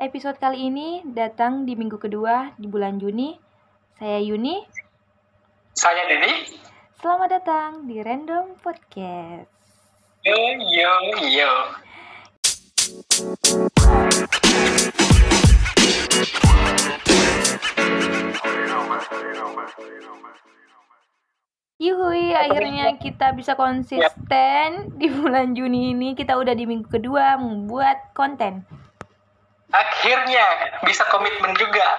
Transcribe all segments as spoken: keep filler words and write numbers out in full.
episode kali ini datang di minggu kedua di bulan Juni. Saya Yuni. Saya Dedi. Selamat datang di Random Podcast. Yo yo yo. Yuhui, akhirnya kita bisa konsisten di bulan Juni ini. Kita udah di minggu kedua membuat konten. Akhirnya bisa komitmen juga.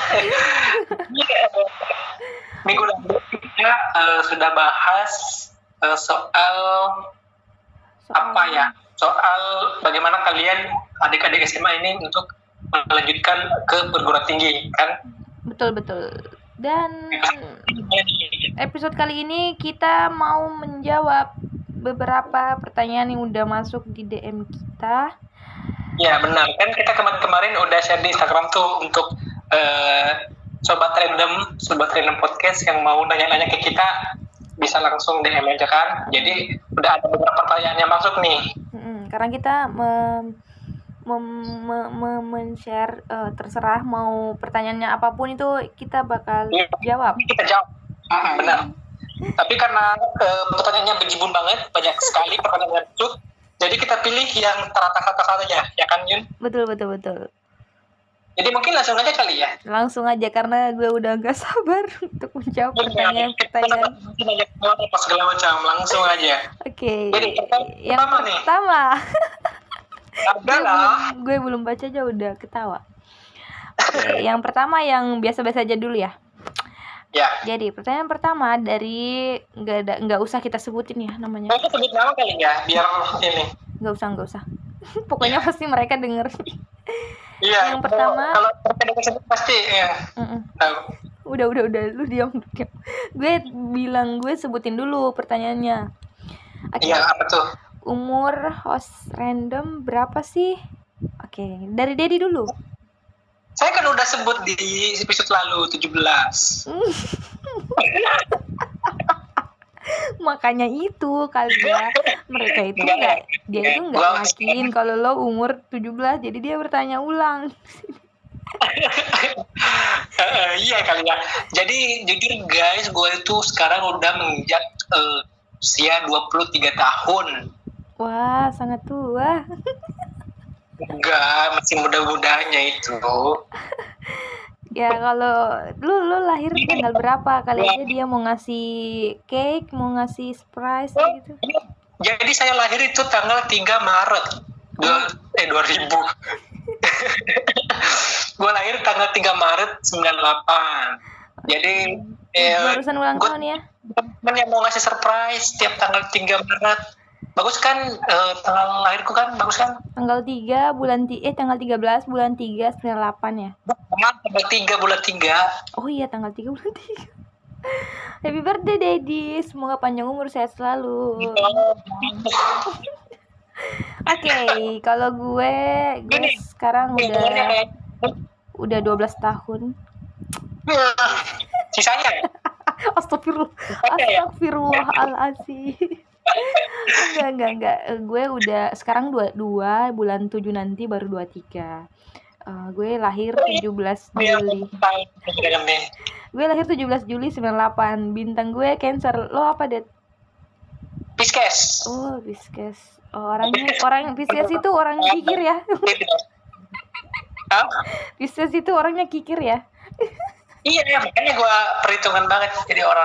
Minggu lalu kita uh, sudah bahas uh, soal, soal apa ya? Soal bagaimana kalian adik-adik S M A ini untuk melanjutkan ke perguruan tinggi, kan? Betul betul. Dan episode kali ini kita mau menjawab beberapa pertanyaan yang udah masuk di D M kita. Ya benar, kan kita kemarin-kemarin udah share di Instagram tuh untuk uh, sobat random, sobat random podcast yang mau nanya-nanya ke kita bisa langsung D M aja kan. Jadi udah ada beberapa pertanyaan yang masuk nih. Hmm, karena kita mem- mem- mem- mem- men-share uh, terserah mau pertanyaannya apapun itu kita bakal ya, jawab. Kita jawab, hmm, benar. Tapi karena uh, pertanyaannya bejibun banget, banyak sekali pertanyaan itu. Jadi kita pilih yang terata-kata saja, ya kan Yun? Betul, betul, betul. Jadi mungkin langsung aja kali ya? Langsung aja, karena gue udah gak sabar untuk menjawab pertanyaan-pertanyaan. Apa segala macam, langsung aja. Oke, okay. Jadi yang pertama, pertama nih. gue, belum, gue belum baca aja udah ketawa. Okay, yang pertama yang biasa-biasa aja dulu ya. Ya. Jadi pertanyaan pertama dari nggak ada nggak usah kita sebutin ya namanya. Kita sebut nama kali ya biar ini. Nggak usah nggak usah. Pokoknya ya. Pasti mereka denger. Iya. Yang pertama. Kalau mereka sebut pasti ya. Tahu. Udah udah udah lu diam diam. Gue bilang gue sebutin dulu pertanyaannya. Iya okay. Apa tuh? Umur host random berapa sih? Oke okay. Dari Dedi dulu. Saya kan udah sebut di episode lalu tujuh belas. Makanya itu kali ya. Mereka itu enggak, dia itu enggak yakin kalau lo umur tujuh belas, jadi dia bertanya ulang. uh, iya kali ya. Jadi jujur guys, gue itu sekarang udah menginjak uh, usia dua puluh tiga tahun. Wah, sangat tua. Enggak, masih muda-mudanya itu. Ya kalau lu lu lahir tanggal berapa? Kali aja dia mau ngasih cake, mau ngasih surprise oh, gitu. Jadi saya lahir itu tanggal tiga Maret. Dua, eh dua ribu. Gue lahir tanggal tiga Maret sembilan puluh delapan. Jadi eh, barusan ulang tahun ya. Temen yang mau ngasih surprise tiap tanggal tiga Maret. Bagus kan uh, tanggal lahirku kan bagus kan? Tanggal tiga bulan ti- eh tanggal tiga belas bulan tiga sembilan puluh delapan ya. Bukan, tanggal tiga bulan tiga. Oh iya tanggal tiga bulan tiga. Happy birthday Daddy. Semoga panjang umur sehat selalu. Oke, okay, kalau gue gue Gini, sekarang udah udah dua belas tahun. Sisanya? Astagfirullah. Astagfirullahaladzim. enggak enggak enggak gue udah sekarang dua puluh dua bulan tujuh nanti baru dua puluh tiga. Uh, gue lahir tujuh belas Juli. Gue lahir tujuh belas Juli sembilan puluh delapan. Bintang gue Cancer. Lo apa, Det? Pisces. Oh, Pisces. Oh, orangnya orang Pisces itu orang kikir ya. Pisces itu orangnya kikir ya. Iya, makanya gue perhitungan banget jadi orang.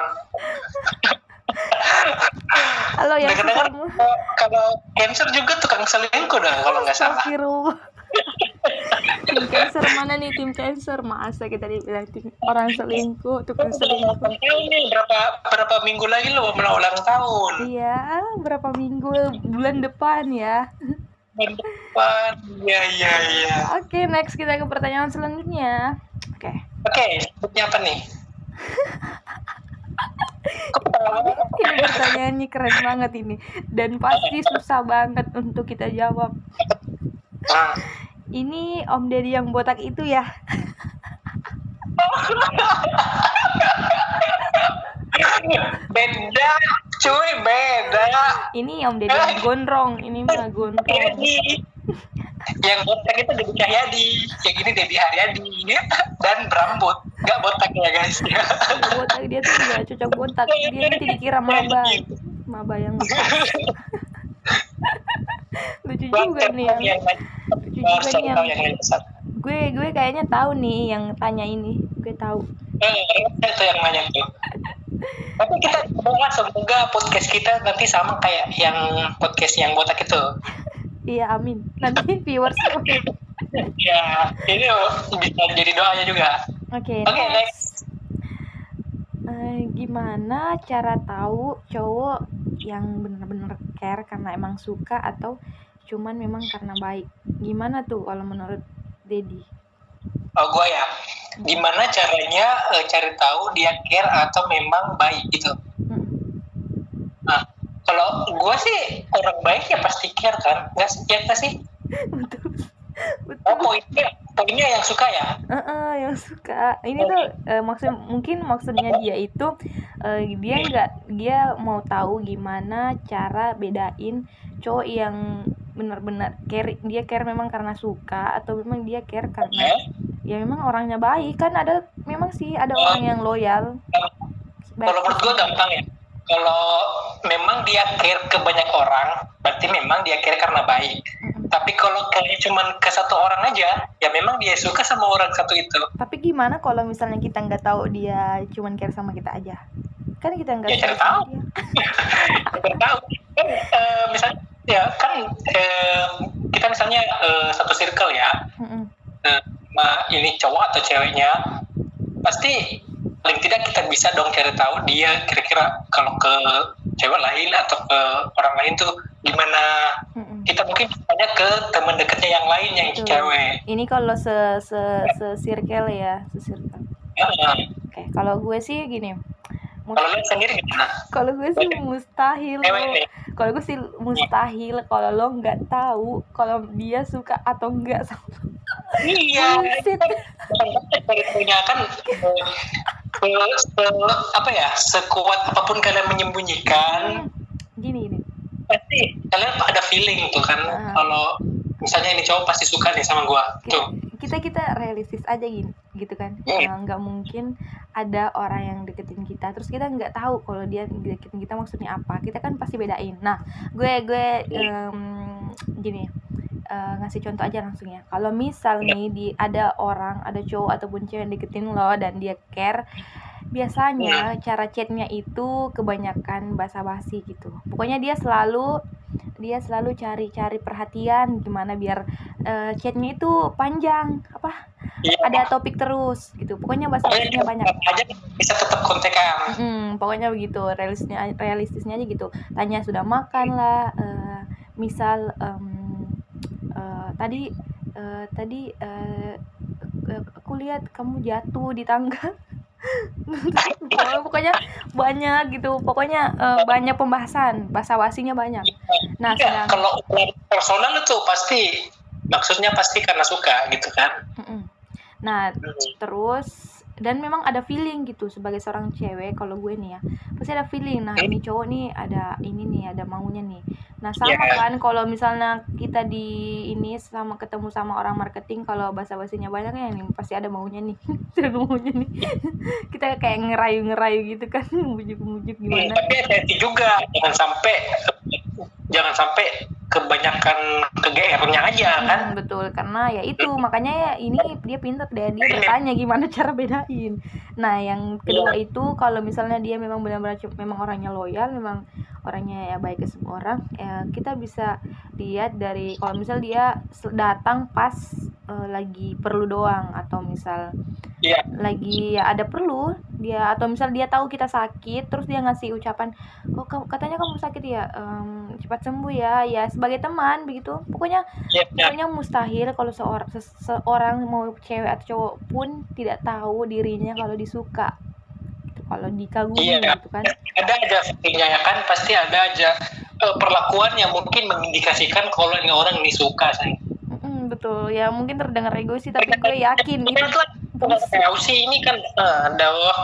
Halo ya. Dengar-dengar kalau Cancer juga tukang selingkuh dong kalau nggak salah. Tim Cancer mana nih tim Cancer? Masa kita dibilang tim orang selingkuh, tukang selingkuh. Ini berapa berapa minggu lagi lo mau ulang tahun? Iya, berapa minggu bulan depan ya. Bulan depan, ya ya ya. Oke, okay, next kita ke pertanyaan selanjutnya. Oke. Okay. Oke, okay, selanjutnya apa nih? Ini pertanyaannya keren banget ini dan pasti susah banget untuk kita jawab. Nah. Ini Om Deddy yang botak itu ya? Beda, cuy, beda. Ini Om Deddy yang gondrong, ini mah gondrong. yang botak itu Dedi Cahyadi, yang ini Dedi Haryadi dan berambut, nggak botak ya guys. Nggak botak, dia tuh nggak cocok botak, dia nanti dikira maba, maba yang lucu juga nih yang, lucu juga nih yang, gue gue kayaknya tahu nih yang tanya ini, gue tahu. Eh, itu yang nanya tuh. Tapi kita coba semoga podcast kita nanti sama kayak yang podcast yang botak itu. Iya, amin. Nanti viewers. Ya, ini bisa jadi doanya juga. Oke. Okay, Oke, okay, next. Uh, gimana cara tahu cowok yang benar-benar care karena emang suka atau cuman memang karena baik? Gimana tuh kalau menurut Dedi? Oh, gue ya. Gimana caranya uh, cari tahu dia care atau memang baik gitu? Hmm. Nah, kalau gue sih orang baik ya pasti care kan, nggak sih? Ya nggak sih? Betul. Betul. Oh, poinnya, poinnya yang suka ya? Uh-uh, yang suka. Ini tuh uh, maksud mungkin maksudnya dia itu uh, dia nggak dia mau tahu gimana cara bedain cowok yang benar-benar care, dia care memang karena suka atau memang dia care karena eh? ya memang orangnya baik. Kan ada memang sih ada uh, orang yang loyal. Kalau menurut gue gampang ya. Kalau memang dia care ke banyak orang, berarti memang dia care karena baik. Mm-hmm. Tapi kalau kayak cuman ke satu orang aja, ya memang dia suka sama orang satu itu. Tapi gimana kalau misalnya kita nggak tahu dia cuman care sama kita aja? Kan kita nggak ya, cari tahu. Cari tahu. Kan uh, misalnya ya kan uh, kita misalnya uh, satu circle ya. Mm-hmm. Uh, ini cowok atau ceweknya pasti paling tidak kita bisa dong cari tahu dia kira-kira kalau ke cewek lain atau ke orang lain tuh gimana. Mm-mm. Kita mungkin tanya ke teman dekatnya yang lain yang Betul. Cewek. Ini kalau se se se circle ya, se circle. Ya. Oke, okay. Kalau gue sih gini. Kalau lo sendiri gimana? Kalau gue sih mustahil. Kalau gue sih mustahil kalau lo nggak tahu kalau dia suka atau enggak sama lo. Iya. Punya kan se, se, apa ya sekuat apapun kalian menyembunyikan. Gini gini. Pasti kalian ada feeling tuh kan uh. kalau misalnya ini cowok pasti suka nih sama gue. Tuh. Kita kita realistis aja gini, gitu kan. Mm. Nggak mungkin ada orang yang deketin kita terus kita nggak tahu kalau dia deketin kita maksudnya apa. Kita kan pasti bedain. Nah, gue gue um, gini. Uh, ngasih contoh aja langsung ya. Kalau misal nih di ada orang, ada cowok ataupun cewek yang deketin lo dan dia care, biasanya cara chatnya itu kebanyakan basa-basi gitu. Pokoknya dia selalu dia selalu cari-cari perhatian gimana biar uh, chatnya itu panjang apa? Ya. Ada topik terus gitu. Pokoknya basa-basinya banyak. Aja bisa tetap kontekan. Hmm, pokoknya begitu. Realistisnya realistisnya aja gitu. Tanya sudah makan lah. Uh, misal um, Uh, tadi uh, tadi uh, aku lihat kamu jatuh di tangga. Pokoknya banyak gitu. Pokoknya uh, banyak pembahasan, basa-basinya banyak. Nah, ya, sedang... kalau personal itu pasti maksudnya pasti karena suka gitu kan. Nah, hmm. terus dan memang ada feeling gitu sebagai seorang cewek. Kalau gue nih ya pasti ada feeling. Nah ini cowok nih ada ini nih ada maunya nih. Nah sama yeah. kan kalau misalnya kita di ini sama ketemu sama orang marketing, kalau basa-basinya banyak ya nih pasti ada maunya nih. Ada maunya nih. Kita kayak ngerayu-ngerayu gitu kan, mujuk-mujuk gimana. Hmm, tapi hati-hati juga jangan sampai jangan sampai kebanyakan ke G R-nya aja kan. Hmm, betul, karena ya itu makanya ya ini dia pintar deh, dia bertanya gimana cara bedain. Nah yang kedua yeah. itu kalau misalnya dia memang benar-benar memang orangnya loyal, memang orangnya ya baik ke semua orang, ya kita bisa lihat dari kalau misal dia datang pas uh, lagi perlu doang, atau misal yeah. lagi ya ada perlu dia, atau misal dia tahu kita sakit terus dia ngasih ucapan, oh katanya kamu sakit ya, um, cepat sembuh ya, ya sebagai teman begitu. Pokoknya yeah, yeah. pokoknya mustahil kalau seorang seseorang mau cewek atau cowok pun tidak tahu dirinya kalau disuka, kalau dikagumi yeah. gitu kan. Ada aja sepertinya ya kan, pasti ada aja uh, perlakuan yang mungkin mengindikasikan kalau ini orang ini suka saya. Mm, betul ya, mungkin terdengar egois sih, tapi gue yakin itu. Tahu sih ini kan ada uh,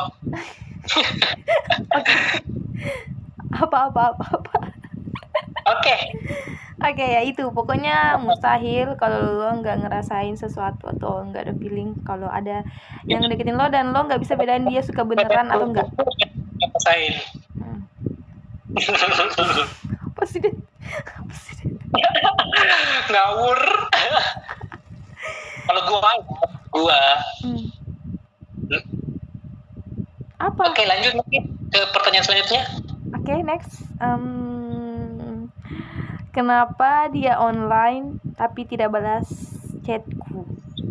apa apa apa apa. Oke. Oke okay, ya itu pokoknya mustahil kalau lo nggak ngerasain sesuatu atau nggak ada feeling kalau ada yang deketin lo dan lo nggak bisa bedain dia suka beneran atau enggak. Ngerasain. Hmm. Apa sih deh? Apa sih deh? Ngawur. Kalau gua, gua. Hmm. Apa? Oke, lanjut mungkin ke pertanyaan selanjutnya. Oke, okay, next. Um, kenapa dia online tapi tidak balas chatku?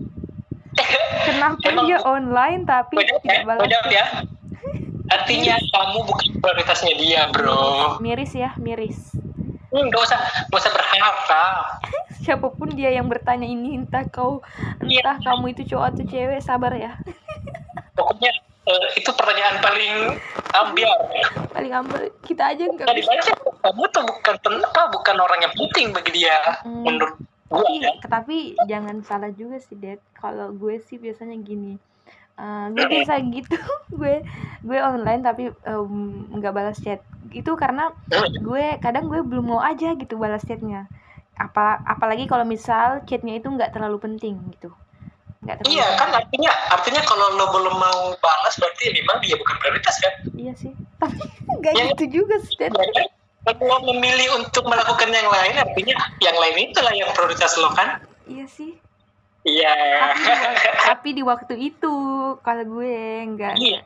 Kenapa Emang dia online tapi tidak ya, balas? Ya. Artinya miris. Kamu bukan prioritasnya dia, bro. Miris ya, miris. Hmm, gak usah, gak usah berharap. Siapapun dia yang bertanya ini, entah kau, entah ya. Kamu itu cowok atau cewek, sabar ya. Pokoknya uh, itu pertanyaan paling ambiar. Paling ambiar. Kita aja nggak. Tadi banyak kamu tuh bukan apa, bukan orang yang penting bagi dia, hmm. menurut gue. Tapi, ya. Tapi jangan salah juga sih, Dad. Kalau gue sih biasanya gini. Uh, gue bisa gitu gue gue online tapi nggak um, balas chat itu karena gue kadang gue belum mau aja gitu balas chatnya apa apalagi kalau misal chatnya itu nggak terlalu penting gitu nggak terlalu iya penting. Kan artinya artinya kalau lo belum mau balas berarti memang dia bukan prioritas kan. Iya sih tapi nggak ya, gitu juga sih ya, kan? Kalau memilih untuk melakukan yang lain artinya yang lain itulah yang prioritas lo kan. Iya sih. Iya. Tapi, tapi di waktu itu kalau gue enggak. Iya.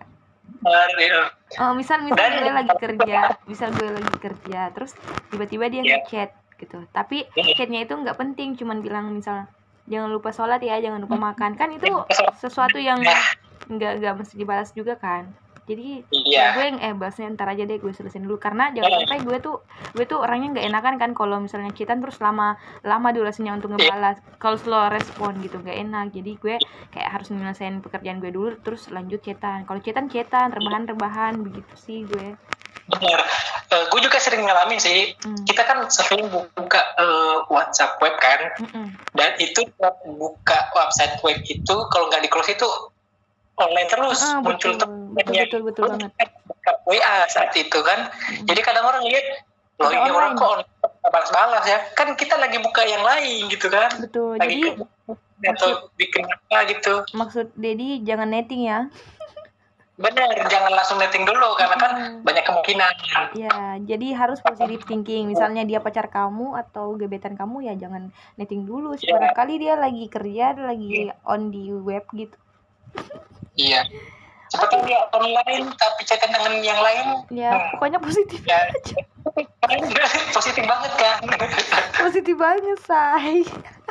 Oh, misal misal Dan, gue lagi kerja, misal gue lagi kerja, terus tiba-tiba dia yeah. ngechat gitu. Tapi yeah. chatnya itu nggak penting, cuman bilang misal jangan lupa sholat ya, jangan lupa makan. Kan itu sesuatu yang nggak nggak mesti dibalas juga kan. Jadi yeah. ya gue yang eh balasnya ntar aja deh gue selesaiin dulu karena jangan sampai gue tuh gue tuh orangnya nggak enakan kan kalau misalnya chatan terus lama lama durasinya untuk ngebalas kalau slow respon gitu nggak enak jadi gue kayak harus menyelesaikan pekerjaan gue dulu terus lanjut chatan kalau chatan chatan rebahan rebahan begitu sih gue. Benar, uh, gue juga sering ngalamin sih. Hmm. Kita kan sering buka uh, WhatsApp web kan, Mm-mm. dan itu buka website web itu kalau nggak di close itu online terus ah, muncul betul, betul, betul, betul banget. W A saat itu kan. Hmm. Jadi kadang orang lihat loh ini orang kok balas-balas ya. Kan kita lagi buka yang lain gitu kan. Betul. Lagi jadi ke, atau bikin apa gitu. Maksud Dedi jangan netting ya. Benar, jangan langsung netting dulu karena kan hmm. banyak kemungkinan. Ya, jadi harus positive thinking. Misalnya dia pacar kamu atau gebetan kamu ya jangan netting dulu. Yeah. Barangkali dia lagi kerja, lagi yeah. on di web gitu. Iya. Seperti dia online tapi chatan dengan yang lain. Ya, hmm. pokoknya positif ya. aja. Positif banget kan? Positif banget, say.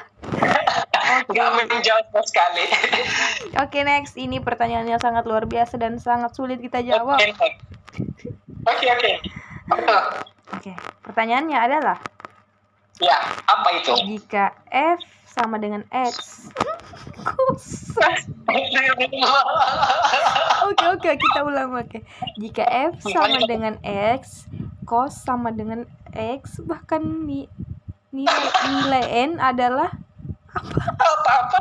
Okay. Gak menjawab sekali. Oke, okay, next. Ini pertanyaannya sangat luar biasa dan sangat sulit kita jawab. Oke, oke. Oke. Oke, pertanyaannya adalah. Ya, apa itu? Jika F sama dengan X. Oke, oke, kita ulang oke. Jika F sama dengan X, cos sama dengan X, bahkan ni, nilai, nilai N adalah apa-apa.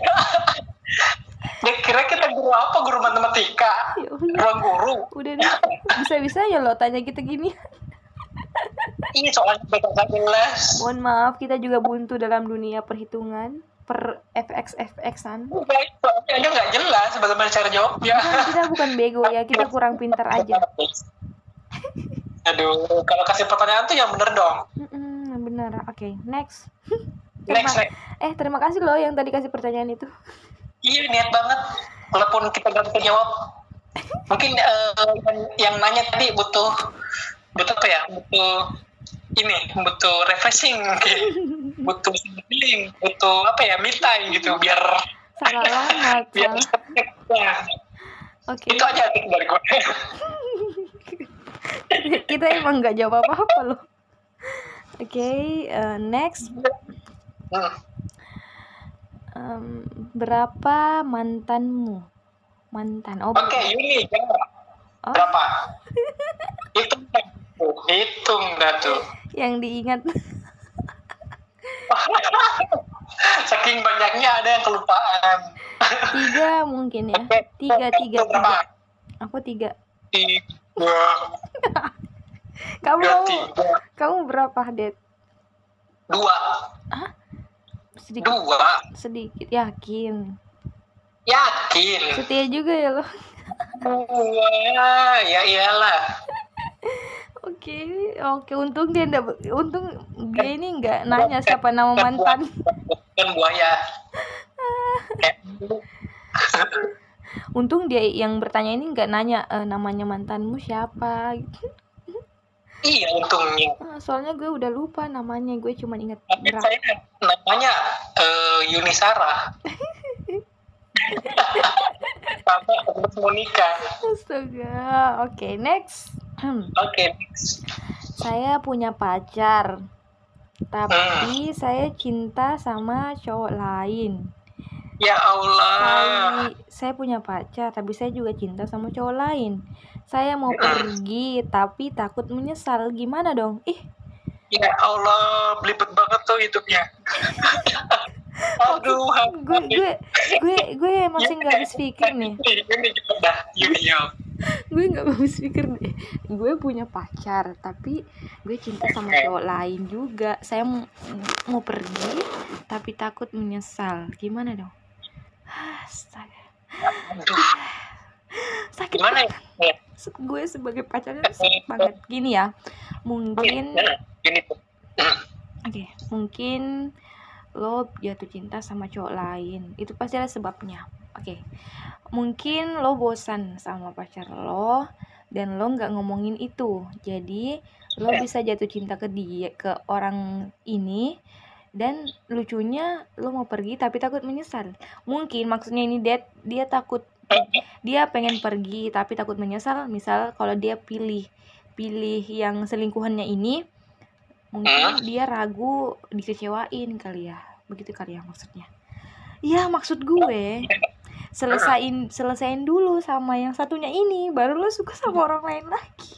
Ya, kira kita guru apa? Guru matematika? Ya udah. Guru. Udah deh. Bisa-bisa ya lo tanya kita gini. Ini soalnya betul jelas. Mohon maaf, kita juga buntu dalam dunia perhitungan per F X F X-an. Soalnya nggak jelas bagaimana cara jawabnya. Nah, kita bukan bego ya, kita kurang pintar aja. Aduh, kalau kasih pertanyaan tuh yang bener dong. Mm-mm, bener, oke, okay. Next. Next, next. Eh, terima kasih loh yang tadi kasih pertanyaan itu. Iya, niat banget. Walaupun kita nggak bisa jawab. Mungkin uh, yang, yang nanya tadi butuh butuh apa ya? Butuh ini, butuh refreshing, butuh healing, butuh apa ya? Me time gitu, biar salah alamat. biar ya. Oke. Itu aja tip dari gue. Kita emang nggak jawab apa-apa loh. Oke, okay, uh, next. Hmm. Um, berapa mantanmu? Mantan. Oh, Oke, okay, Yuni, jawab. Oh? Berapa? Hitung, hitung dah tuh. Yang diingat. Saking banyaknya ada yang kelupaan. Tiga mungkin ya. Tiga, tiga, tiga. Aku tiga. Tiga. Kamu, tiga. kamu berapa, Det? Dua. Hah? Sedikit. Dua. Sedikit, yakin. Yakin. Setia juga ya lo. Wah, ya iyalah. Oke, oke. Untung dia enggak, untung dia ini enggak nanya siapa nama mantan. Kan buaya. Untung dia yang bertanya ini enggak nanya e, namanya mantanmu siapa. Iya, untungnya. Soalnya gue udah lupa namanya, gue cuma ingat. Tapi saya namanya uh, Yunisara. Sama Monica. Astaga. Oke, okay, next. Oke, okay, next. Saya punya pacar, tapi hmm. saya cinta sama cowok lain. Ya Allah. Saya, saya punya pacar, tapi saya juga cinta sama cowok lain. Saya mau hmm. pergi, tapi takut menyesal. Gimana dong? Ih. Ya Allah, belibet banget tuh hidupnya. Aduh, gue gue gue gue masih nggak habis pikir nih. Gue nggak habis pikir deh. Gue punya pacar, tapi gue cinta sama cowok lain juga. Saya mau, mau pergi, tapi takut menyesal. Gimana dong? Astaga. Sakit Gimana ya? Gue sebagai pacarnya sakit banget. Gini ya, mungkin. Gini tuh. Oke, okay, mungkin lo jatuh cinta sama cowok lain, itu pasti ada sebabnya. Oke, okay. Mungkin lo bosan sama pacar lo dan lo nggak ngomongin itu, jadi lo bisa jatuh cinta ke dia, ke orang ini, dan lucunya lo mau pergi tapi takut menyesal. Mungkin maksudnya ini dia dia takut, dia pengen pergi tapi takut menyesal. Misal kalau dia pilih pilih yang selingkuhannya ini, mungkin dia ragu dikecewain kali ya, begitu kali ya maksudnya. Ya maksud gue selesain selesain dulu sama yang satunya ini, baru lo suka sama orang lain lagi.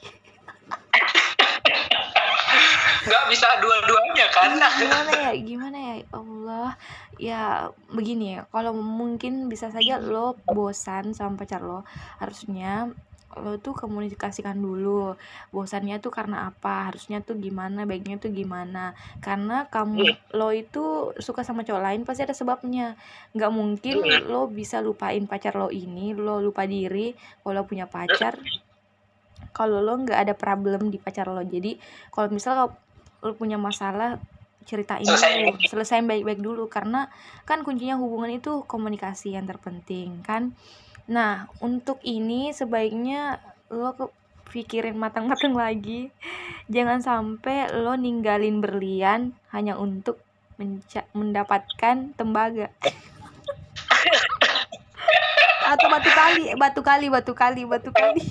Nggak bisa dua-duanya kan? Gimana ya, gimana ya Allah. Ya begini ya, kalau mungkin bisa saja lo bosan sama pacar lo, harusnya lo tuh komunikasikan dulu bosannya tuh karena apa, harusnya tuh gimana, baiknya tuh gimana. Karena kamu lo itu suka sama cowok lain pasti ada sebabnya. Nggak mungkin lo bisa lupain pacar lo ini, lo lupa diri kalau punya pacar kalau lo nggak ada problem di pacar lo. Jadi kalau misal lo punya masalah, ceritain dulu, selesaiin baik-baik dulu, karena kan kuncinya hubungan itu komunikasi yang terpenting kan. Nah, untuk ini sebaiknya lo pikirin matang-matang lagi. Jangan sampai lo ninggalin berlian hanya untuk menca- mendapatkan tembaga. Atau batu kali, batu kali, batu kali, batu kali.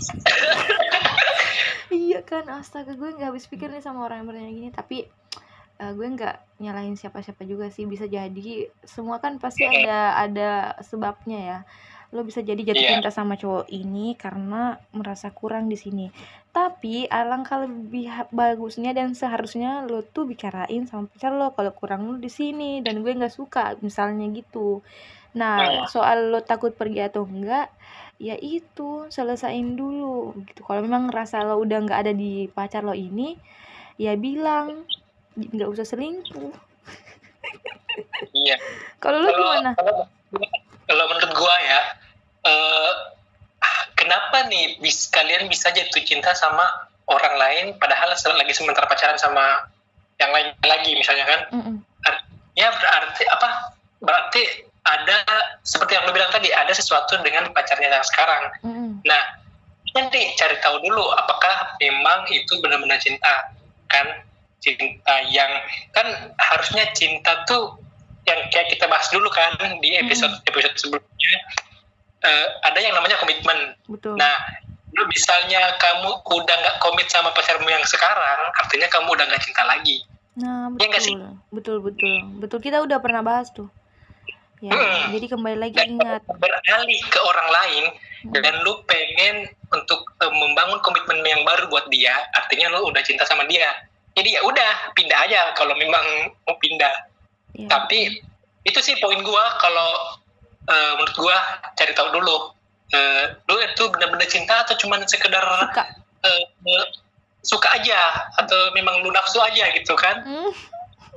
Iya kan, astaga, gue gak habis pikir nih sama orang yang bertanya gini. Tapi uh, gue gak nyalahin siapa-siapa juga sih. Bisa jadi, semua kan pasti ada ada sebabnya ya. Lo bisa jadi jatuh yeah. cinta sama cowok ini karena merasa kurang di sini. Tapi alangkah lebih bagusnya dan seharusnya lo tuh bicarain sama pacar lo kalau kurang lo di sini dan gue nggak suka misalnya gitu. Nah, soal lo takut pergi atau enggak, ya itu selesain dulu gitu. Kalau memang ngerasa lo udah nggak ada di pacar lo ini, ya bilang nggak usah selingkuh. Iya. Kalau lo gimana? Kalau menurut gua ya, uh, kenapa nih bis, kalian bisa jatuh cinta sama orang lain padahal lagi sementara pacaran sama yang lain lagi misalnya kan? Mm-mm. Artinya berarti apa? Berarti ada seperti yang lo bilang tadi, ada sesuatu dengan pacarnya yang sekarang. Mm-mm. Nah, nanti cari tahu dulu apakah memang itu benar-benar cinta kan? Cinta yang kan harusnya cinta tuh yang kayak kita bahas dulu kan di episode hmm. episode sebelumnya, uh, ada yang namanya komitmen. Betul. Nah, lu misalnya kamu udah nggak komit sama pacarmu yang sekarang, artinya kamu udah nggak cinta lagi. Nah, betul. Ya sih? Betul, betul, betul. Kita udah pernah bahas tuh. Ya, hmm. Jadi kembali lagi dan ingat. Beralih ke orang lain hmm. dan lu pengen untuk uh, membangun komitmen yang baru buat dia, artinya lu udah cinta sama dia. Jadi ya udah pindah aja kalau memang mau pindah. Ya. Tapi itu sih poin gue, kalau uh, menurut gue cari tahu dulu, uh, lu itu benar-benar cinta atau cuma sekedar suka. Uh, uh, suka aja atau memang lu nafsu aja gitu kan? Mm.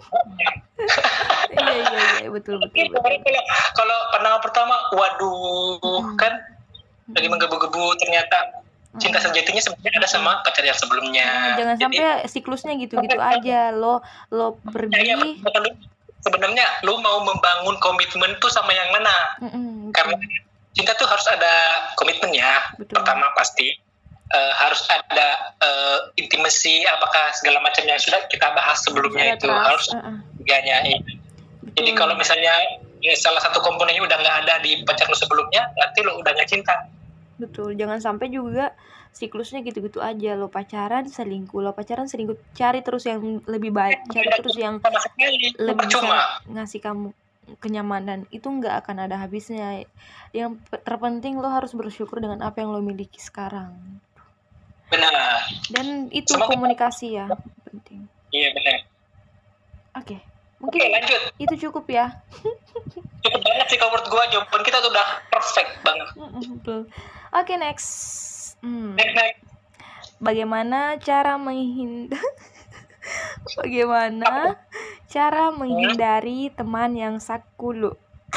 Iya iya iya betul betul. betul. Kalau, kalau pandangan pertama, waduh, hmm. kan lagi menggebu-gebu, ternyata cinta sejatinya sebenarnya ada sama pacar yang sebelumnya. Nah, jangan Jadi, sampai siklusnya gitu-gitu aja. Lo lo pergi. Ya, ya, sebenarnya lo mau membangun komitmen tuh sama yang mana? Mm-mm, Karena cinta tuh harus ada komitmennya. Betul. Pertama pasti uh, harus ada uh, intimasi, apakah segala macam yang sudah kita bahas sebelumnya itu trust. harus uh-uh. tiganya. Jadi kalau misalnya ya, salah satu komponennya udah nggak ada di pacar lo sebelumnya, berarti lo udah nggak cinta. Betul, jangan sampai juga siklusnya gitu-gitu aja. Lo pacaran selingkuh, lo pacaran selingkuh, cari terus yang lebih baik, cari terus yang lebih bisa ngasih kamu kenyamanan. Itu nggak akan ada habisnya. Yang terpenting lo harus bersyukur dengan apa yang lo miliki sekarang. Benar. Dan itu Semoga komunikasi ya penting. Iya benar. Oke, mungkin Oke, lanjut. Itu cukup ya. Cukup banget sih kalau menurut gue, jawaban kita tuh udah perfect banget. Betul. Oke, next. Hmm. next, next. Bagaimana cara menghindar Bagaimana cara menghindari teman yang sakulu?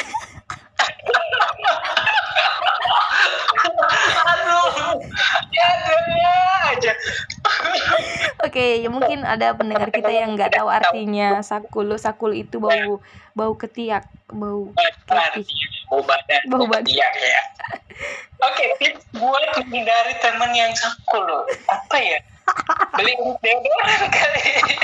Aduh, ya aja. Oke, ya mungkin ada pendengar kita yang nggak tahu artinya sakulu. Sakulu itu bau bau ketiak, bau ketih, bau badan, bau badan. Ya. Oke, tips buat menghindari teman yang sakulu apa ya? Beli deodoran kali.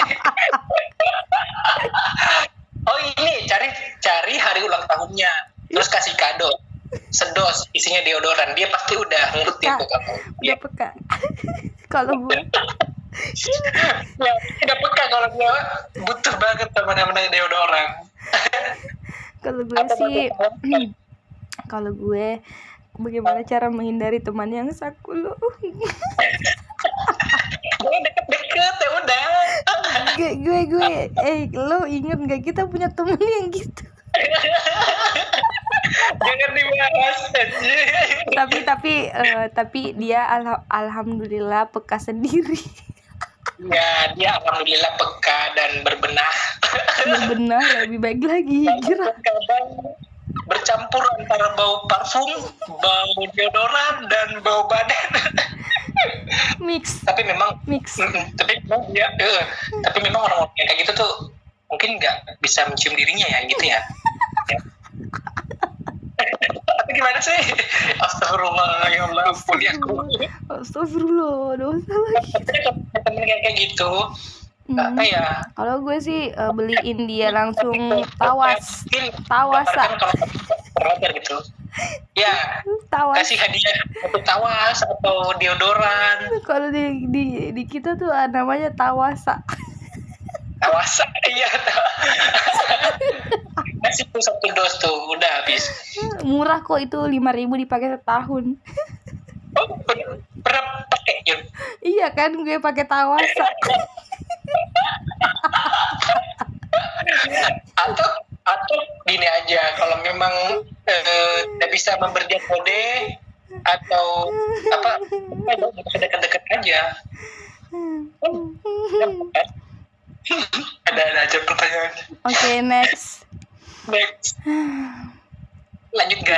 Oh ini cari cari hari ulang tahunnya, terus kasih kado. Sedos isinya deodoran, dia pasti udah ngerti tuh kamu. Udah peka. Kalau gue ya, udah peka kalau dia butuh banget teman-teman deodoran. Kalau gue Apa sih kalau gue bagaimana cara menghindari teman yang sakulu? Gue deket-deket ya udah. Gue gue gue eh lo inget nggak kita punya teman yang gitu? Jangan dibahas aja. tapi tapi uh, tapi dia al- alhamdulillah peka sendiri. Ya dia alhamdulillah peka dan berbenah. Berbenah lebih baik lagi. Kadang bercampur antara bau parfum, bau deodoran dan bau badan. Mix. Tapi memang mix. Tapi memang dia, uh, tapi memang orang-orang yang kayak gitu tuh mungkin nggak bisa mencium dirinya ya gitu ya. Tapi gimana sih? Astagfirullah, ya Allah, ampun ya aku. Astagfirullah, dosa lagi. Temen kayak gitu, hmm. apa ya? Kalau gue sih uh, beliin dia langsung tawas, tawasa. Kalau gitu, ya. Tawas. Kasih hadiah untuk tawas atau deodoran. Kalau di, di di kita tuh namanya tawasa. Tawasa, iya. Kasih tuh satu dos tuh, udah habis. Murah kok itu, lima ribu dipakai setahun. Oh, pernah pakai ya? Iya kan, gue pakai tawasa. atau atau gini aja, kalau memang tidak eh, bisa memberi kode atau apa, dekat-dekat aja. Ada-ada aja pertanyaan. Oke, okay, next. Next. Lanjut gak?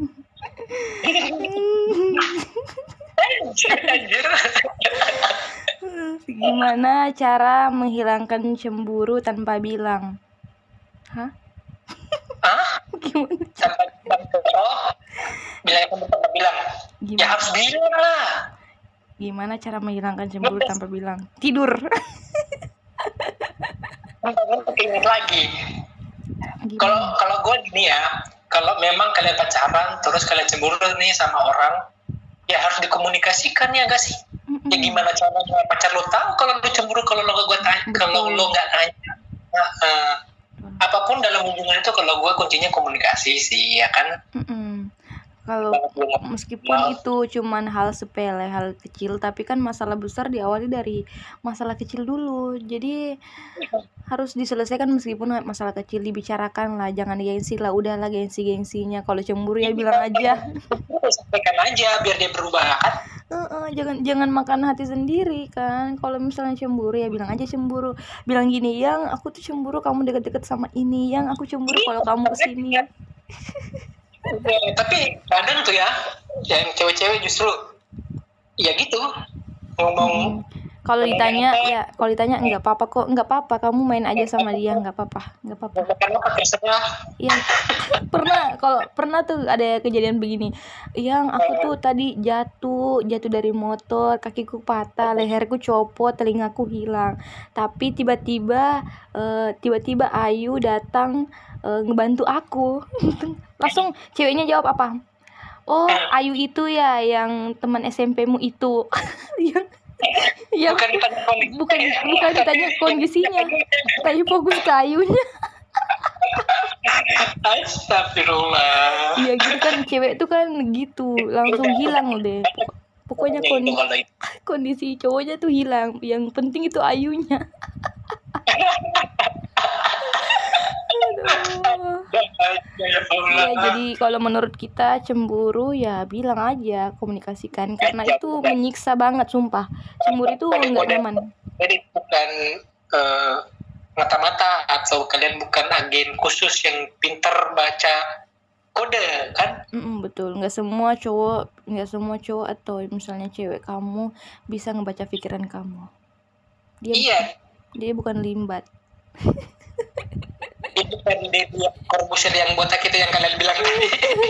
Gimana cara menghilangkan cemburu tanpa bilang? Hah? Hah? Gimana? Tanpa bilang? Oh, bilang tanpa bilang. Gimana? Ya harus bilang lah. Gimana cara menghilangkan cemburu tanpa bilang? Tidur. Ingat lagi. Kalau kalau gue gini ya, kalau memang kalian pacaran terus kalian cemburu nih sama orang, ya harus dikomunikasikan ya gak sih? Mm-mm. Ya gimana caranya pacar lo tahu kalau lo cemburu kalau lo gak gue tanya, kalau lo gak tanya. Nah, uh, apapun dalam hubungan itu kalau gue kuncinya komunikasi sih, ya kan? Mm-mm. Kalau meskipun itu cuman hal sepele, hal kecil, tapi kan masalah besar diawali dari masalah kecil dulu. Jadi harus diselesaikan meskipun masalah kecil, dibicarakan lah, jangan gengsi lah, udahlah gengsi-gengsinya. Kalau cemburu ya bilang aja. Sampaikan aja biar dia berubah kan. Uh, uh, jangan jangan makan hati sendiri kan. Kalau misalnya cemburu ya bilang aja cemburu. Bilang gini, yang aku tuh cemburu kamu deket-deket sama ini, yang aku cemburu kalau kamu kesini. Tapi kadang tuh ya, yang cewek-cewek justru ya gitu ngomong. Hmm. Kalau ditanya ya, kalau ditanya nggak apa-apa kok, nggak apa-apa, kamu main aja sama dia, nggak apa-apa, nggak apa-apa. Iya, pernah kalau pernah tuh ada kejadian begini, yang aku tuh tadi jatuh, jatuh dari motor, kakiku patah, leherku copot, telingaku hilang, tapi tiba-tiba uh, tiba-tiba Ayu datang uh, ngebantu aku, langsung ceweknya jawab apa? Oh, Ayu itu ya yang teman S M P-mu itu, yang ya, bukan ditanya kondisinya, bukan, bukan ditanya kondisinya, tanya fokus ke Ayunya. Astagfirullah. Iya gitu kan, cewek tuh kan gitu, langsung hilang deh. Pokoknya kondisi, kondisi cowoknya tuh hilang, yang penting itu Ayunya. Aduh. Ya, jadi kalau menurut kita cemburu ya bilang aja, komunikasikan, karena itu menyiksa banget, sumpah. Cemburu itu nggak nyaman. Jadi bukan uh, mata-mata atau kalian bukan agen khusus yang pintar baca kode kan? Mm-mm, betul, nggak semua cowok, nggak semua cowok atau misalnya cewek kamu bisa ngebaca pikiran kamu. Dia iya. Bukan, dia bukan limbat. Itu kan dia korbuser yang botak itu yang kalian bilang tadi.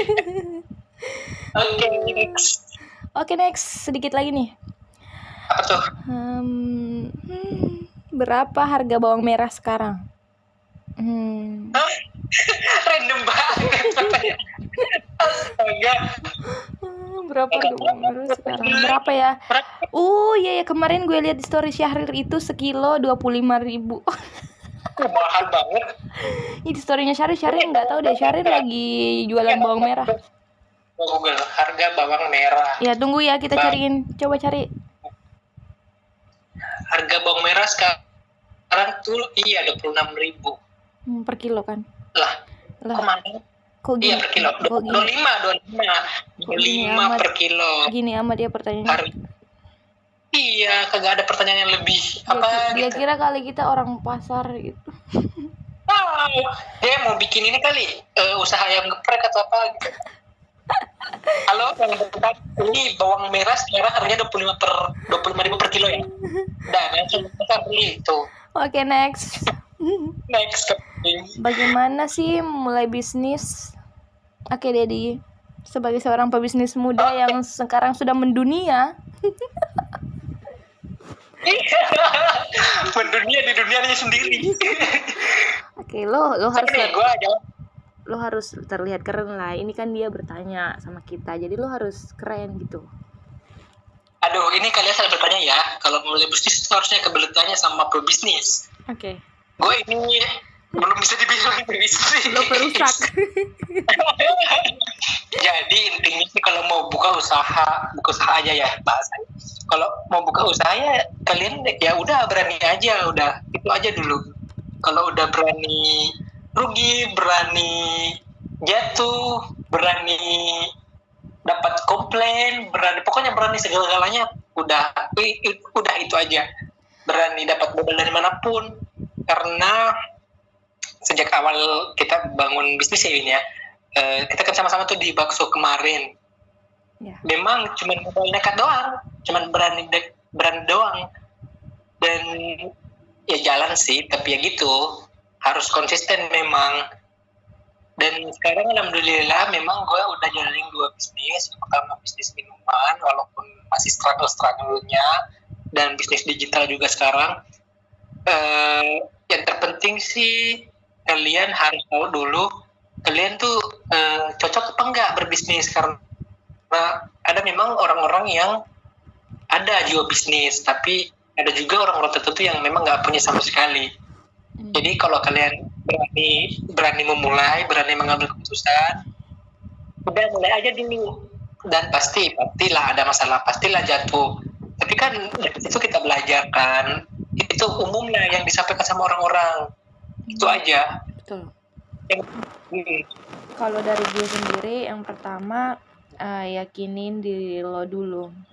Oke, okay, next. Oke, okay, next. Sedikit lagi nih. Apa tuh? Hmm, hmm, berapa harga bawang merah sekarang? Hmm. Hah? Random banget. Astaga. Berapa harga bawang merah sekarang? Berapa ya? Oh iya ya, kemarin gue lihat di story Syahrir itu sekilo dua puluh lima ribu. Mahal banget. Ini storynya Syahrir, Syahrir nggak tahu deh, Syahrir lagi jualan bawang merah. Google harga bawang merah. Ya tunggu ya, kita cariin, coba cari. Harga bawang merah sekarang tuh iya dua puluh enam ribu. Hmm, per kilo kan? Lah. Lah. Kemana? Kok gini? Iya per kilo. dua puluh lima, dua puluh lima per kilo. Gini amat dia pertanyaannya. Har- Iya, kagak ada pertanyaan yang lebih dia, apa dia gitu. Kira kali kita orang pasar gitu. Oh, dia mau bikin ini kali, uh, usaha yang geprek atau apa gitu. Halo, yang berdekat, ini bawang merah sekarang harganya dua puluh lima per dua puluh lima ribu per kilo ya. Dan langsung kita beli itu. Oke, okay, next. Next. Bagaimana sih mulai bisnis? Oke, okay, Dedi. Sebagai seorang pebisnis muda oh, yang sekarang sudah mendunia. Mendunia di dunianya sendiri. Oke, lo lo harus nih, gua jawab. Lo harus terlihat keren lah. Ini kan dia bertanya sama kita, jadi lo harus keren gitu. Aduh, ini kalian salah bertanya ya. Kalau mulai bisnis itu harusnya kebeletanya sama pebisnis. Oke. Okay. Gue ini belum bisa dibilang pebisnis. Lo perusak. Jadi intinya sih kalau mau buka usaha, buka usaha aja ya bahasanya. Kalau mau buka usaha ya kalian ya udah berani aja, udah itu aja dulu. Kalau udah berani rugi, berani jatuh, berani dapat komplain, berani pokoknya berani segala-galanya, udah udah itu aja. Berani dapat modal dari manapun, karena sejak awal kita bangun bisnis ini ya, eh, kita kan sama-sama tuh di bakso kemarin. Ya. Memang cuma modal nekat doang, cuma berani de- berani doang, dan ya jalan sih, tapi ya gitu harus konsisten memang. Dan sekarang alhamdulillah memang gue udah jalanin dua bisnis. Yang pertama bisnis minuman, walaupun masih struggle-struggle-nya, dan bisnis digital juga sekarang. Eh, yang terpenting sih kalian harus tahu dulu kalian tuh eh, cocok apa enggak berbisnis, karena ada memang orang-orang yang ada jiwa bisnis, tapi ada juga orang-orang tertentu yang memang nggak punya sama sekali. Hmm. Jadi kalau kalian berani berani memulai, berani mengambil keputusan, udah mulai aja dulu. Dan pasti pastilah ada masalah, pastilah jatuh. Tapi kan itu kita belajar kan, itu umumnya yang disampaikan sama orang-orang. Hmm. Itu aja. Betul. Hmm. Kalau dari gue sendiri, yang pertama uh, yakinin diri lo dulu.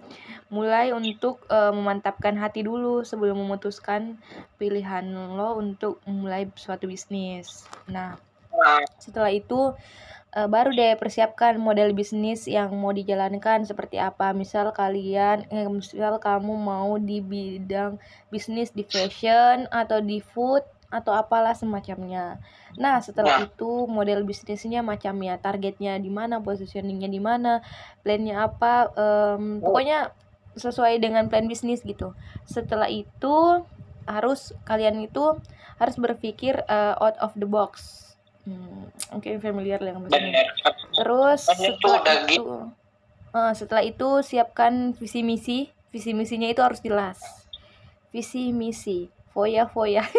mulai untuk uh, memantapkan hati dulu sebelum memutuskan pilihan lo untuk mulai suatu bisnis. Nah, setelah itu uh, baru deh persiapkan model bisnis yang mau dijalankan seperti apa. Misal kalian, eh, misal kamu mau di bidang bisnis di fashion atau di food atau apalah semacamnya. Nah, setelah itu model bisnisnya macamnya, targetnya di mana, positioningnya di mana, plannya apa, um, pokoknya sesuai dengan plan bisnis gitu. Setelah itu harus kalian itu harus berpikir uh, out of the box. Hmm, Oke, okay, familiar dengan maksudnya. Terus setelah itu, uh, setelah itu siapkan visi misi. Visi misinya itu harus jelas. Visi misi, foya foya.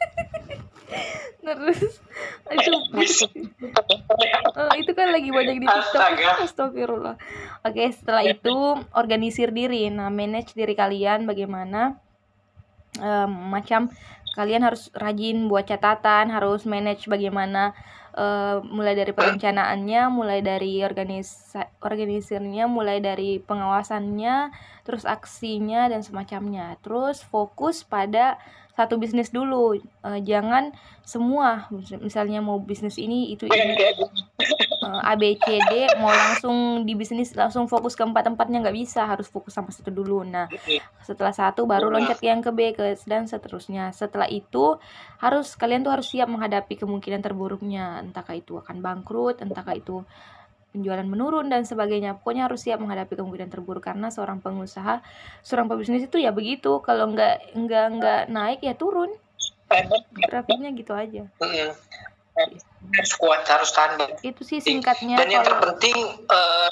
Terus itu uh, itu kan lagi banyak di TikTok. Astagfirullah. Oke, setelah itu organisir diri. Nah, manage diri kalian bagaimana. Um, macam kalian harus rajin buat catatan, harus manage bagaimana uh, mulai dari perencanaannya, mulai dari organisa- organisirnya, mulai dari pengawasannya, terus aksinya dan semacamnya. Terus fokus pada satu bisnis dulu, uh, jangan semua, misalnya mau bisnis ini itu ini uh, A B C D mau langsung di bisnis langsung fokus ke empat-empatnya nggak bisa, harus fokus sama satu dulu. Nah, setelah satu baru loncat yang ke B ke dan seterusnya. Setelah itu harus kalian tuh harus siap menghadapi kemungkinan terburuknya, entahkah itu akan bangkrut, entahkah itu penjualan menurun dan sebagainya. Pokoknya harus siap menghadapi kemungkinan terburuk, karena seorang pengusaha, seorang pebisnis itu ya begitu, kalau nggak nggak nggak naik ya turun. Grafiknya gitu aja. Harus kuat, harus tahan. Itu sih singkatnya. Dan yang kalau... terpenting, uh...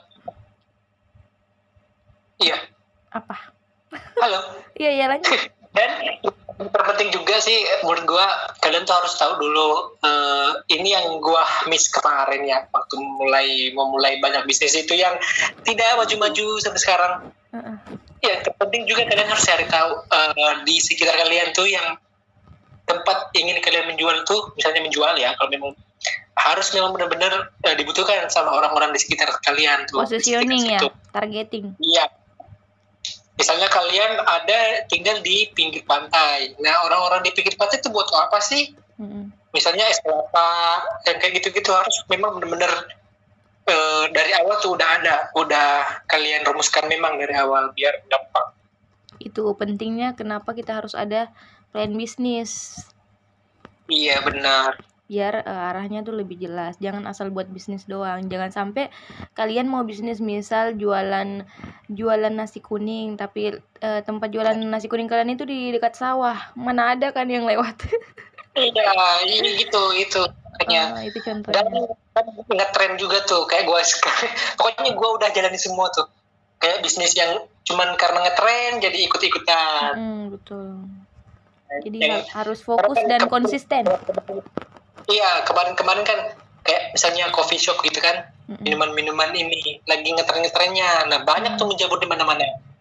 iya. Apa? Halo. Iya iya lanjut. Dan terpenting juga sih menurut gua, kalian tuh harus tahu dulu, uh, ini yang gua miss kemarin ya, waktu mulai memulai banyak bisnis itu yang tidak maju-maju sampai sekarang. Uh-uh. Ya, terpenting juga kalian harus cari tahu uh, di sekitar kalian tuh yang tempat ingin kalian menjual tuh, misalnya menjual ya, kalau memang harus memang benar-benar uh, dibutuhkan sama orang-orang di sekitar kalian tuh. Positioning ya, targeting. Iya. Misalnya kalian ada tinggal di pinggir pantai. Nah, orang-orang di pinggir pantai itu buat apa sih? Mm-hmm. Misalnya es kelapa, dan kayak gitu-gitu harus memang benar-benar uh, dari awal tuh udah ada, udah kalian rumuskan memang dari awal biar gampang. Itu pentingnya kenapa kita harus ada plan bisnis. Iya, benar. Biar uh, arahnya tuh lebih jelas. Jangan asal buat bisnis doang. Jangan sampai kalian mau bisnis misal jualan jualan nasi kuning, tapi uh, tempat jualan nasi kuning kalian itu di dekat sawah. Mana ada kan yang lewat? Iya, ini gitu itu. Makanya. Uh, itu contohnya. Dan nge-trend juga tuh kayak gue sekarang. Pokoknya gue udah jalanin semua tuh. Kayak bisnis yang cuman karena nge-trend jadi ikut-ikutan. Hmm, betul. Jadi yang, harus fokus dan ke- konsisten. Iya, kemarin-kemarin kan kayak misalnya coffee shop gitu kan, mm-hmm. minuman-minuman ini lagi ngetren-ngetrennya. Nah, banyak mm. tuh menjamur di mana-mana.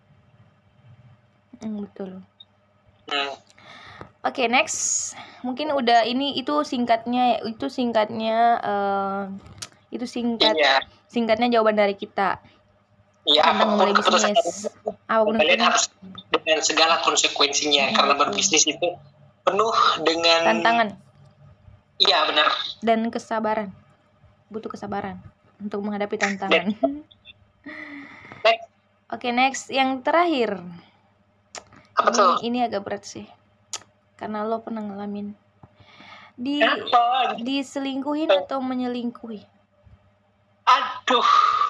Mm, betul. Hmm. Oke, okay, next. Mungkin udah ini itu singkatnya itu singkatnya uh, itu singkat iya. singkatnya jawaban dari kita. Iya, tentang mulai bisnis. Apapun kalian harus dengan segala konsekuensinya, mm-hmm. karena berbisnis itu penuh dengan tantangan. Iya, benar. Dan kesabaran. Butuh kesabaran untuk menghadapi tantangan. Next. Oke, okay, next. Yang terakhir. Apa ini, tuh? Ini agak berat sih. Karena lo pernah ngalamin. Di, Apa? Diselingkuhin atau menyelingkuhi? Aduh.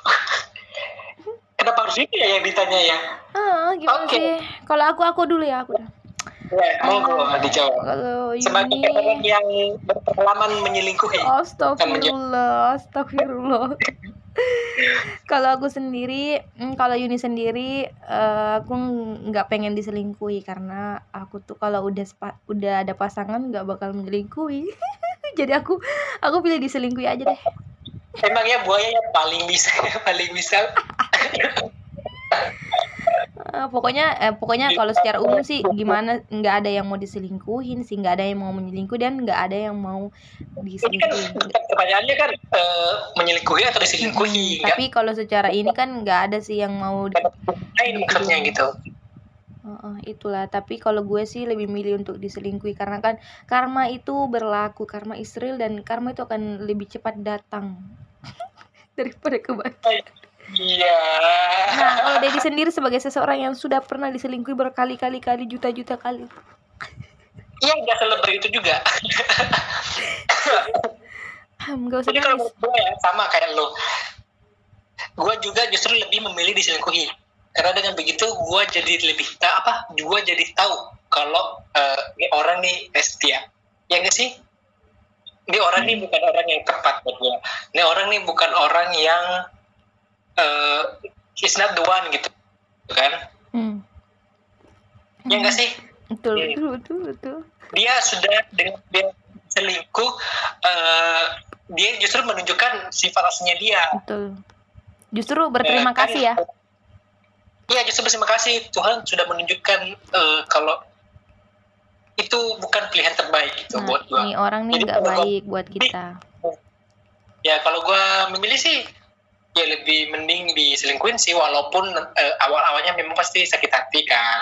Kenapa harus ini ya yang ditanya ya? Ah, gimana okay. sih? Kalau aku, aku dulu ya. Aku Ya, monggo uh, dijawab. Kalau sebagai Yuni... orang yang berpengalaman menyelingkuhi. Astagfirullah, astagfirullah. Kalau aku sendiri, kalau Yuni sendiri, uh, aku nggak pengen diselingkuhi karena aku tuh kalau udah sepa, udah ada pasangan nggak bakal menyelingkuhi. Jadi aku aku pilih diselingkuhi aja deh. Emangnya buaya yang paling bisa, paling bisa. Uh, pokoknya eh, pokoknya kalau secara umum sih gimana, nggak ada yang mau diselingkuhin sih, nggak ada yang mau menyelingkuh dan nggak ada yang mau diselingkuhin. Kan, pertanyaannya kan uh, menyelingkuhi atau diselingkuhi. Hmm, tapi kalau secara ini kan nggak ada sih yang mau di, di maksudnya gitu. Uh, uh, itulah, tapi kalau gue sih lebih milih untuk diselingkuhi karena kan karma itu berlaku, karma Israel, dan karma itu akan lebih cepat datang daripada kebaikan. Iya. Nah, kalau Dedi sendiri sebagai seseorang yang sudah pernah diselingkuhi berkali-kali kali, juta-juta kali. Iya, nggak selebar itu juga. Gak usah. Jadi kalau menurut gue ya sama kayak lo. Gue juga justru lebih memilih diselingkuhi. Karena dengan begitu gue jadi lebih apa? Gue jadi tahu kalau uh, ini orang nih setia. Ya nggak sih? Ini orang hmm. nih bukan orang yang tepat buat gue. Ini orang nih bukan orang yang uh, is not the one gitu, kan? Hmm. Ya nggak sih? Betul, hmm. betul, betul, betul. Dia sudah dengan dia selingkuh, uh, dia justru menunjukkan sifat aslinya dia. Betul. Justru berterima uh, kasih kan, ya. Iya, justru berterima kasih Tuhan sudah menunjukkan uh, kalau itu bukan pilihan terbaik gitu nah, buat gua. Ini orang nih nggak baik gua, buat kita. Ya kalau gua memilih sih, ya lebih mending diselingkuhin sih, walaupun uh, awal-awalnya memang pasti sakit hati kan.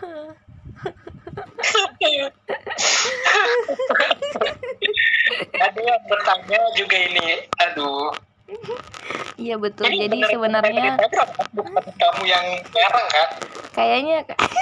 Ada yang bertanya juga ini, aduh. Iya betul. Jadi, Jadi sebenarnya bukan kamu yang ngarang kan? Kayaknya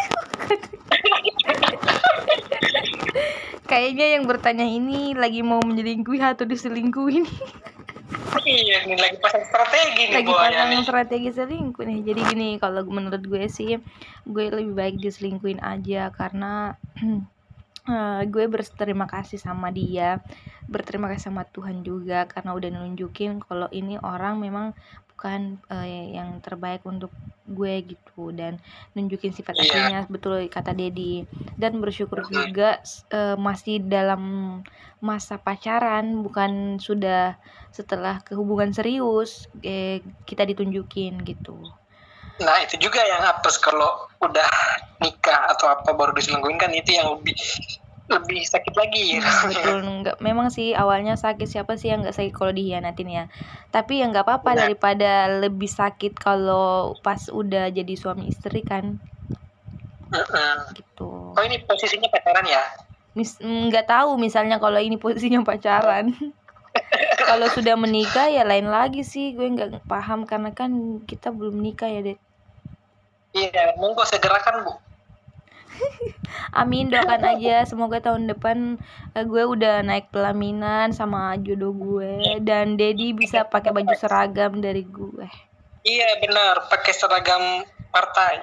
Kayaknya yang bertanya ini lagi mau menyelingkuhi atau diselingkuhin. Iya, ini lagi pasang strategi nih. Lagi pasang nih. strategi selingkuh nih. Jadi gini, kalau menurut gue sih, gue lebih baik diselingkuhin aja karena uh, gue berterima kasih sama dia, berterima kasih sama Tuhan juga karena udah nunjukin kalau ini orang memang bukan uh, yang terbaik untuk gue gitu, dan nunjukin sifat aslinya. Yeah. Betul kata Dedi, dan bersyukur juga uh, masih dalam masa pacaran, bukan sudah setelah kehubungan serius eh, kita ditunjukin gitu. Nah itu juga yang apes, kalau udah nikah atau apa baru diselingkuhin kan itu yang lebih lebih sakit lagi. Hmm, betul, enggak, memang sih awalnya sakit, siapa sih yang nggak sakit kalau dihianatin ya, tapi ya nggak apa-apa, nah. daripada lebih sakit kalau pas udah jadi suami istri kan. Uh-uh. Gitu. Oh ini posisinya pacaran ya? Mis nggak tahu misalnya kalau ini posisinya pacaran. Kalau sudah menikah ya lain lagi sih, gue nggak paham karena kan kita belum nikah ya, Det. Iya, monggo segerakan Bu. Amin, doakan aja semoga tahun depan uh, gue udah naik pelaminan sama jodoh gue dan Dedi bisa pakai baju seragam dari gue. Iya benar, pakai seragam partai.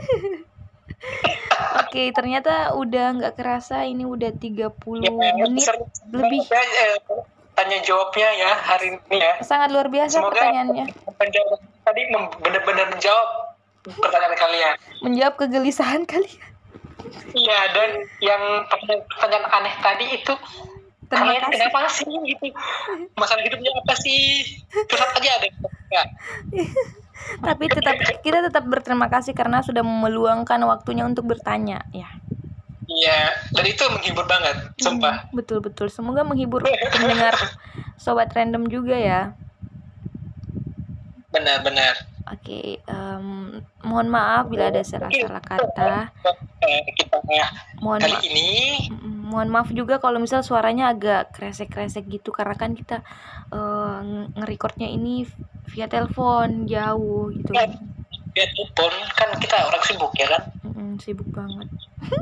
Oke, ternyata udah nggak kerasa ini udah tiga puluh ya, menit lebih. Ya, tanya jawabnya ya hari ini ya. Sangat luar biasa. Semoga pertanyaannya. Penjawab tadi benar-benar menjawab pertanyaan kalian. Menjawab kegelisahan kalian. Iya, dan yang pertanyaan aneh tadi itu Terima kalian kasih. Kenapa sih gitu? Masalah hidupnya apa sih? Curhat aja ada. Ya. Tapi tetap kita tetap berterima kasih karena sudah meluangkan waktunya untuk bertanya ya. Iya, dan itu menghibur banget, sumpah. Hmm, betul betul. Semoga menghibur pendengar sobat random juga ya. Benar-benar. Oke, um, mohon maaf bila ada salah-salah kata. Kita mohon kali ma- ini. Mohon maaf juga kalau misal suaranya agak kresek-kresek gitu karena kan kita uh, nge-recordnya ini via telepon jauh gitu. Ya, via telepon kan kita orang sibuk ya kan? Mm-mm, sibuk banget.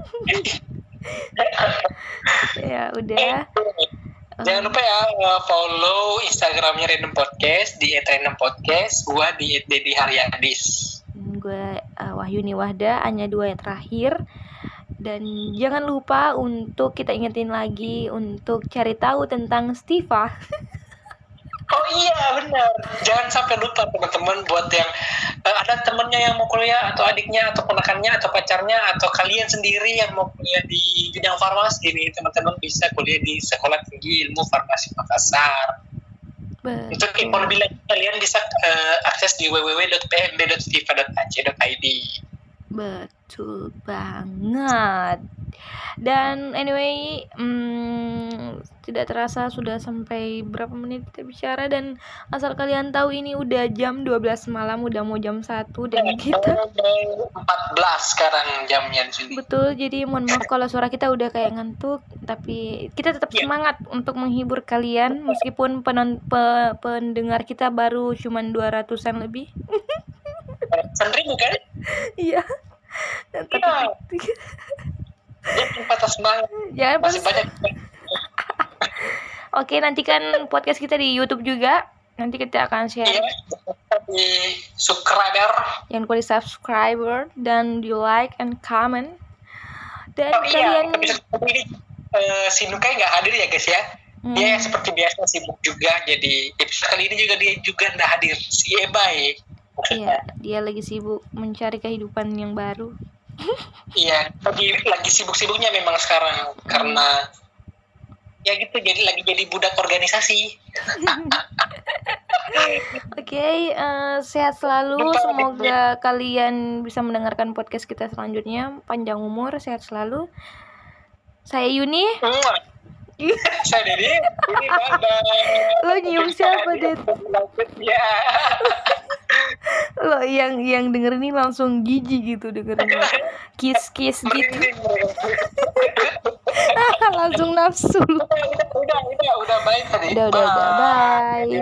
Ya udah. Jangan lupa ya follow Instagramnya Random Podcast di et random podcast, gua di et dedi haryadis. Gue uh, Wahyuni Wahda, hanya dua yang terakhir. Dan jangan lupa untuk kita ingetin lagi untuk cari tahu tentang Stiva. Oh iya benar, jangan sampai lupa teman-teman, buat yang uh, ada temennya yang mau kuliah atau adiknya atau ponakannya atau pacarnya atau kalian sendiri yang mau kuliah di bidang farmasi ini, teman-teman bisa kuliah di Sekolah Tinggi Ilmu Farmasi Makassar. Betul. Untuk info lebih lanjut kalian bisa uh, akses di w w w dot p m b dot stiva dot a c dot i d. Betul banget. Dan anyway, hmm, Tidak terasa sudah sampai berapa menit kita bicara, dan asal kalian tahu ini udah jam dua belas malam, udah mau jam satu dan kita empat belas sekarang jamnya di sini. Betul, jadi mohon maaf kalau suara kita udah kayak ngantuk, tapi kita tetap Ya. semangat untuk menghibur kalian meskipun penon, pe, pendengar kita baru cuman dua ratusan lebih. Sendiri bukan? Iya. Tapi Jangan patah semangat. Jangan Masih banyak. Oke, nantikan podcast kita di YouTube juga. Nanti kita akan share. Iya, di subscriber. Jangan lupa di subscriber dan di like and comment. Dan oh, kalian. Iya, ini uh, si Nukai nggak hadir ya guys ya. Hmm. Dia seperti biasa sibuk juga. Jadi episode kali ini juga dia juga nggak hadir. Si Ebay. Iya, dia lagi sibuk mencari kehidupan yang baru. Iya, lagi lagi sibuk-sibuknya memang sekarang hmm. karena ya gitu, jadi lagi jadi budak organisasi. Oke, okay, uh, sehat selalu. Semoga kalian bisa mendengarkan podcast kita selanjutnya. Panjang umur, sehat selalu. Saya Yuni. Saya Dedi. Ini bye-bye. Lo nyium siapa, Ded? Ya. Lo yang yang denger ini langsung jijik gitu dengerin kiss-kiss gitu. Langsung nafsu. Udah, udah, udah, udah baik tadi. Udah, udah, udah, bye.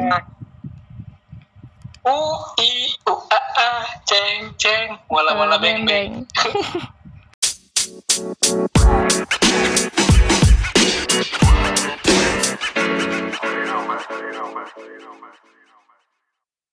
U I U A A ceng ceng wala wala beng beng.